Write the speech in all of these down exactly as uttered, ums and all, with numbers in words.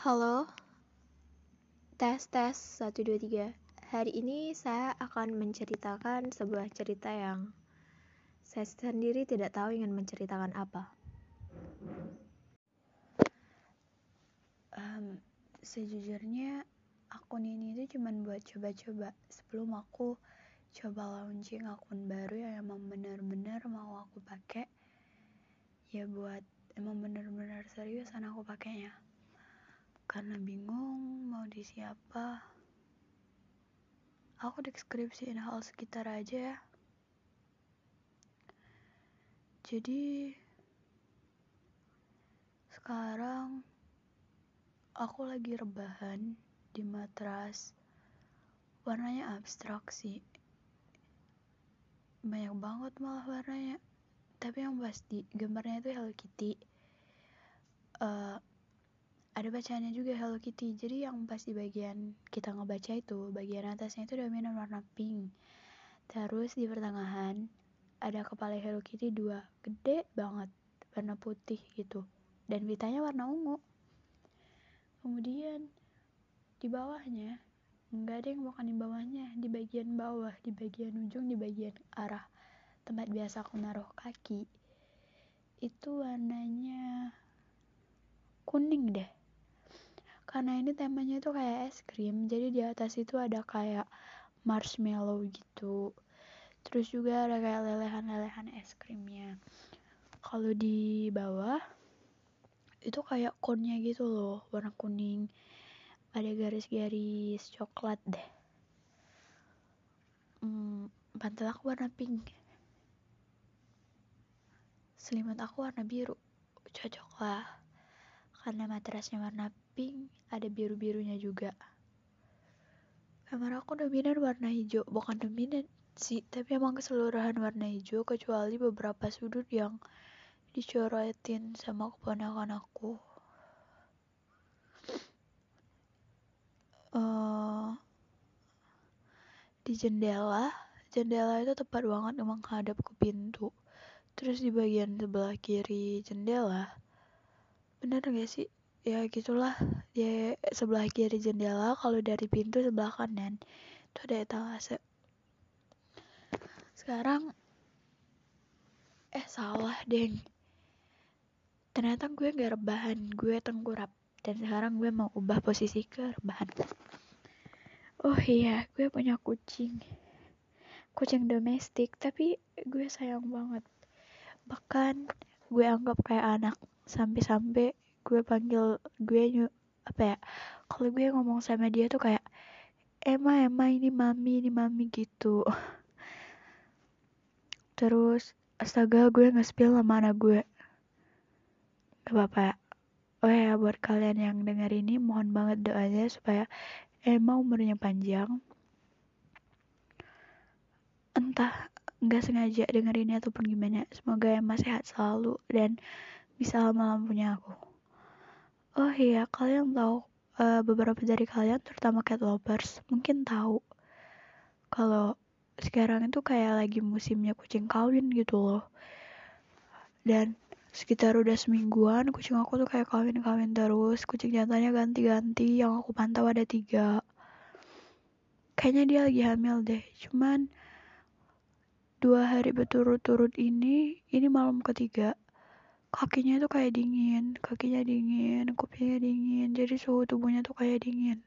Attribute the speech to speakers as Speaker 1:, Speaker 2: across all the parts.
Speaker 1: Halo, tes tes satu dua tiga. Hari ini saya akan menceritakan sebuah cerita yang saya sendiri tidak tahu ingin menceritakan apa. Um, sejujurnya akun ini tuh cuman buat coba-coba sebelum aku coba launching akun baru yang emang benar-benar mau aku pakai. Ya buat emang benar-benar seriusan aku pakainya. Karena bingung mau di siapa. Aku deskripsiin hal sekitar aja ya. Jadi sekarang aku lagi rebahan di matras. Warnanya abstrak sih. Banyak banget malah warnanya. Tapi yang pasti gambarnya itu Hello Kitty. Uh, ada bacaannya juga Hello Kitty. Jadi yang pas di bagian kita ngebaca itu, bagian atasnya itu dominan warna pink. Terus di pertengahan ada kepala Hello Kitty dua, gede banget, warna putih gitu. Dan pitanya warna ungu. Kemudian di bawahnya nggak ada yang bukan di bawahnya, di bagian bawah, di bagian ujung, di bagian arah tempat biasa aku naruh kaki itu warnanya kuning deh, karena ini temanya itu kayak es krim. Jadi di atas itu ada kayak marshmallow gitu, terus juga ada kayak lelehan-lelehan es krimnya. Kalau di bawah itu kayak cone-nya gitu loh, warna kuning, ada garis-garis coklat deh. hmm, Bantal aku warna pink, selimut aku warna biru, cocok lah karena matrasnya warna pink, ada biru-birunya juga. Kamar aku dominan warna hijau, bukan dominan sih, tapi emang keseluruhan warna hijau kecuali beberapa sudut yang dicoretin sama keponakan aku. Uh, di jendela, jendela itu tepat banget menghadap ke pintu. Terus di bagian sebelah kiri jendela, bener gak sih? Ya gitulah, dia sebelah kiri jendela, kalau dari pintu sebelah kanan itu ada etalase. Sekarang eh salah deng, ternyata gue gak rebahan, gue tengkurap. Dan sekarang gue mau ubah posisi ke rebahan. Oh iya, gue punya kucing kucing domestik, tapi gue sayang banget, bahkan gue anggap kayak anak. Sampai-sampai gue panggil gue nyu apa ya, kalau gue ngomong sama dia tuh kayak Emma, Emma, ini mami, ini mami gitu. Terus astaga, gue nge-spill sama anak gue. Gak apa-apa ya. Oh ya, buat kalian yang denger ini, mohon banget doanya supaya Emma umurnya panjang. Entah gak sengaja dengerinnya ataupun gimana, semoga Emma sehat selalu dan bisa lama-lama punya aku. Oh iya, kalian tahu, uh, beberapa dari kalian terutama cat lovers mungkin tahu kalau sekarang itu kayak lagi musimnya kucing kawin gitu loh. Dan sekitar udah semingguan kucing aku tuh kayak kawin-kawin terus. Kucing jantannya ganti-ganti, yang aku pantau ada tiga. Kayaknya dia lagi hamil deh. Cuman dua hari berturut-turut ini, ini malam ketiga, kakinya tuh kayak dingin, kakinya dingin, kupingnya dingin, jadi suhu tubuhnya tuh kayak dingin.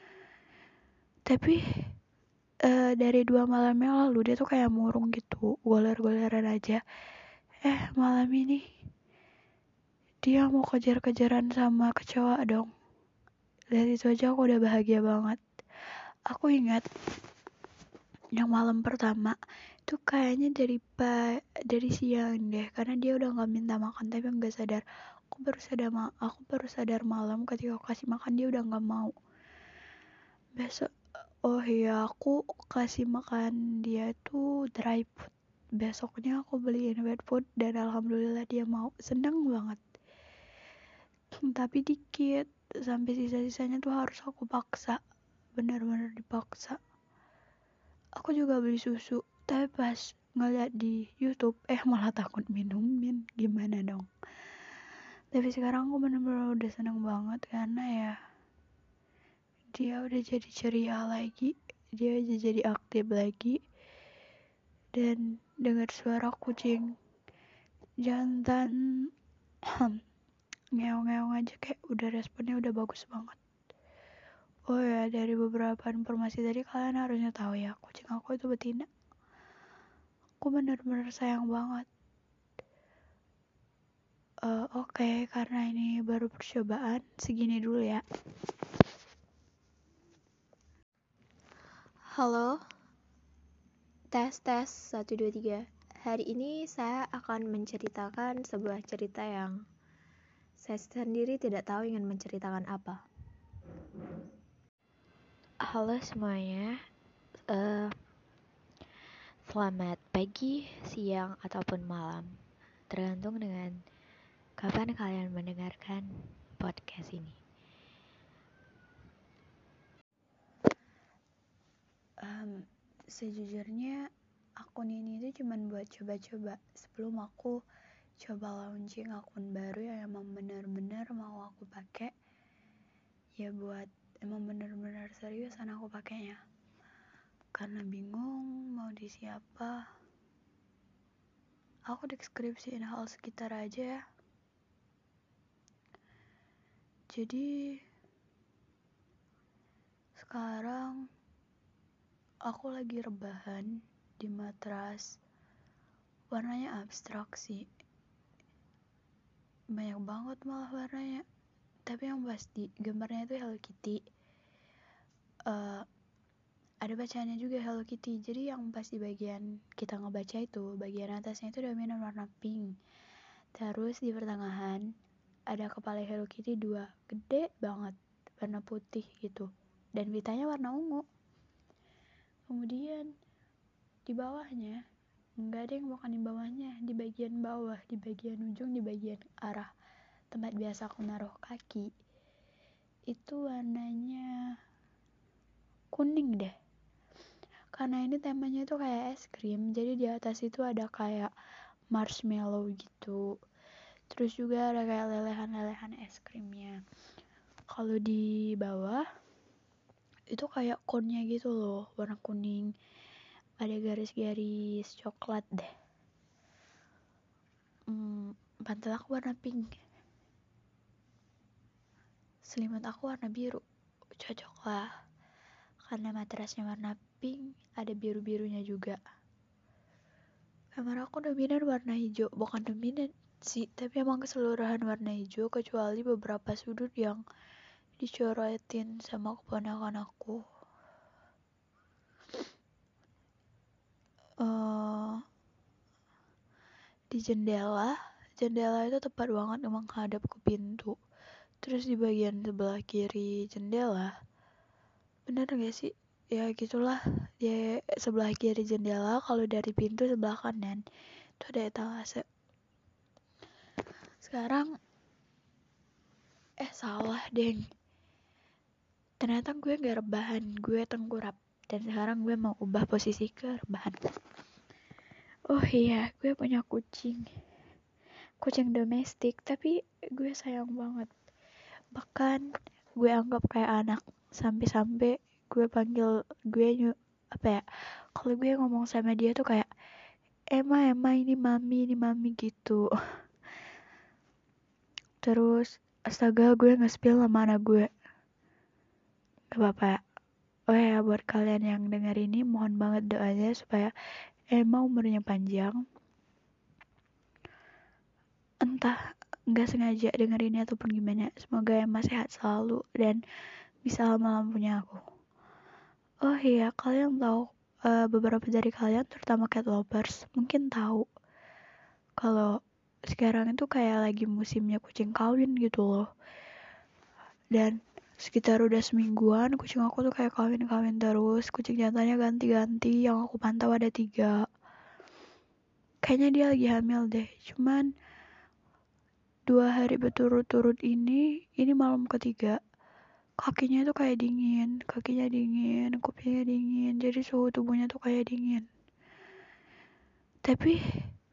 Speaker 1: Tapi uh, dari dua malam yang lalu dia tuh kayak murung gitu, goler-goleran aja. Eh malam ini dia mau kejar-kejaran sama kecoa dong. Dari itu aja aku udah bahagia banget. Aku ingat yang malam pertama itu kayaknya dari pa, dari siang deh, karena dia udah nggak minta makan tapi nggak sadar. Aku baru sadar ma- aku baru sadar malam ketika aku kasih makan dia udah nggak mau. Besok, oh iya, aku kasih makan dia tuh dry food. Besoknya aku beliin wet food dan alhamdulillah dia mau, seneng banget. Tapi dikit, sampai sisa-sisanya tuh harus aku paksa, benar-benar dipaksa. Aku juga beli susu, tapi pas ngeliat di YouTube, eh malah takut minumin, gimana dong? Tapi sekarang aku bener-bener udah seneng banget karena ya dia udah jadi ceria lagi, dia udah jadi aktif lagi. Dan dengar suara kucing jantan ngeong-ngeong aja kayak udah responnya udah bagus banget. Oh ya, dari beberapa informasi tadi kalian harusnya tahu ya, kucing aku itu betina. Aku bener-bener sayang banget. Uh, Oke, okay, karena ini baru percobaan, segini dulu ya.
Speaker 2: Halo, tes tes satu dua tiga. Hari ini saya akan menceritakan sebuah cerita yang saya sendiri tidak tahu ingin menceritakan apa. Halo semuanya, uh, selamat pagi, siang, ataupun malam, tergantung dengan kapan kalian mendengarkan podcast ini.
Speaker 1: Um, sejujurnya akun ini tuh cuman buat coba-coba sebelum aku coba launching akun baru yang emang benar-benar mau aku pakai, ya buat emang benar-benar seriusan aku pakainya, karena bingung mau di siapa. Aku deskripsiin hal sekitar aja ya. Jadi sekarang aku lagi rebahan di matras, warnanya abstrak sih, banyak banget malah warnanya. Tapi yang pasti gambarnya itu Hello Kitty. Uh, ada bacaannya juga Hello Kitty. Jadi yang pas di bagian kita ngebaca itu, bagian atasnya itu dominan warna pink. Terus di pertengahan ada kepala Hello Kitty dua, gede banget, warna putih gitu. Dan pitanya warna ungu. Kemudian di bawahnya, enggak ada yang bukan di bawahnya, di bagian bawah, di bagian ujung, di bagian arah tempat biasa aku naruh kaki, itu warnanya kuning deh. Karena ini temanya itu kayak es krim, jadi di atas itu ada kayak marshmallow gitu. Terus juga ada kayak lelehan-lelehan es krimnya. Kalau di bawah itu kayak cone-nya gitu loh, warna kuning. Ada garis-garis coklat deh. Hmm, bantal aku warna pink. Selimut aku warna biru. Cocok lah. Karena matrasnya warna pink, ada biru-birunya juga. Kamar aku dominan warna hijau, bukan dominan sih, tapi emang keseluruhan warna hijau kecuali beberapa sudut yang dicoretin sama keponakan aku. Uh, di jendela, jendela itu tepat banget menghadap ke pintu. Terus di bagian sebelah kiri jendela, bener gak sih? Ya gitulah, di sebelah kiri jendela, kalau dari pintu sebelah kanan itu ada etalase. Sekarang eh salah deng, ternyata gue gak rebahan, gue tengkurap. Dan sekarang gue mau ubah posisi ke rebahan. Oh iya, gue punya kucing kucing domestik, tapi gue sayang banget, bahkan gue anggap kayak anak. Sampai-sampai gue panggil gue nyu apa ya, kalau gue ngomong sama dia tuh kayak Emma Emma ini mami ini mami gitu. Terus astaga, gue nge-spill sama anak gue, gak apa-apa ya. Oh ya, buat kalian yang denger ini, mohon banget doanya supaya Emma umurnya panjang. Entah gak sengaja denger ini ataupun gimana, semoga Emma sehat selalu dan bisa lama-lama punya aku. Oh iya, kalian tahu, uh, beberapa dari kalian terutama cat lovers mungkin tahu kalau sekarang itu kayak lagi musimnya kucing kawin gitu loh. Dan sekitar udah semingguan kucing aku tuh kayak kawin-kawin terus. Kucing jantannya ganti-ganti, yang aku pantau ada tiga. Kayaknya dia lagi hamil deh. Cuman dua hari berturut-turut ini, ini malam ketiga, kakinya tuh kayak dingin, kakinya dingin, kupingnya dingin, jadi suhu tubuhnya tuh kayak dingin. Tapi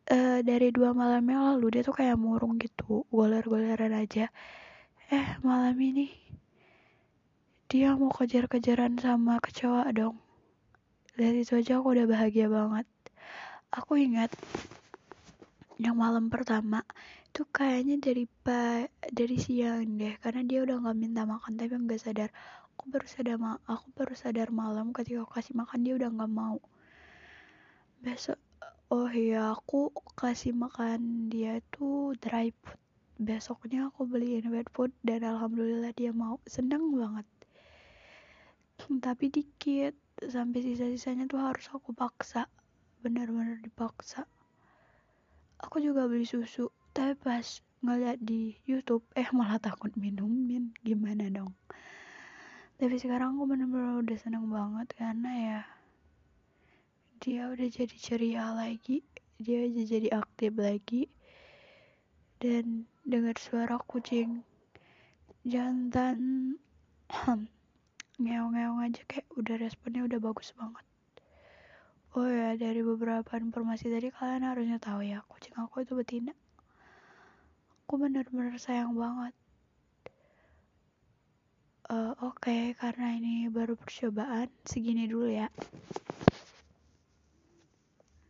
Speaker 1: uh, dari dua malam yang lalu dia tuh kayak murung gitu, goler-goleran aja. Eh malam ini dia mau kejar-kejaran sama kecoa dong. Dari itu aja aku udah bahagia banget. Aku ingat yang malam pertama itu kayaknya dari pa dari siang deh, karena dia udah nggak minta makan tapi nggak sadar. Aku baru sadar ma aku baru sadar malam ketika aku kasih makan dia udah nggak mau. Besok oh iya aku kasih makan dia tuh dry food. Besoknya aku beliin wet food dan alhamdulillah dia mau. Seneng banget. Tapi dikit, sampai sisa-sisanya tuh harus aku paksa. Benar-benar dipaksa. Aku juga beli susu, tapi pas ngeliat di YouTube, eh malah takut minumin, gimana dong? Tapi sekarang aku bener-bener udah seneng banget karena ya dia udah jadi ceria lagi, dia udah jadi aktif lagi, dan dengar suara kucing jantan ngeong-ngeong aja kayak udah responnya udah bagus banget. Oh ya, dari beberapa informasi tadi kalian harusnya tahu ya, kucing aku itu betina. Aku bener-bener sayang banget. Uh, Oke, okay, karena ini baru percobaan, segini dulu ya.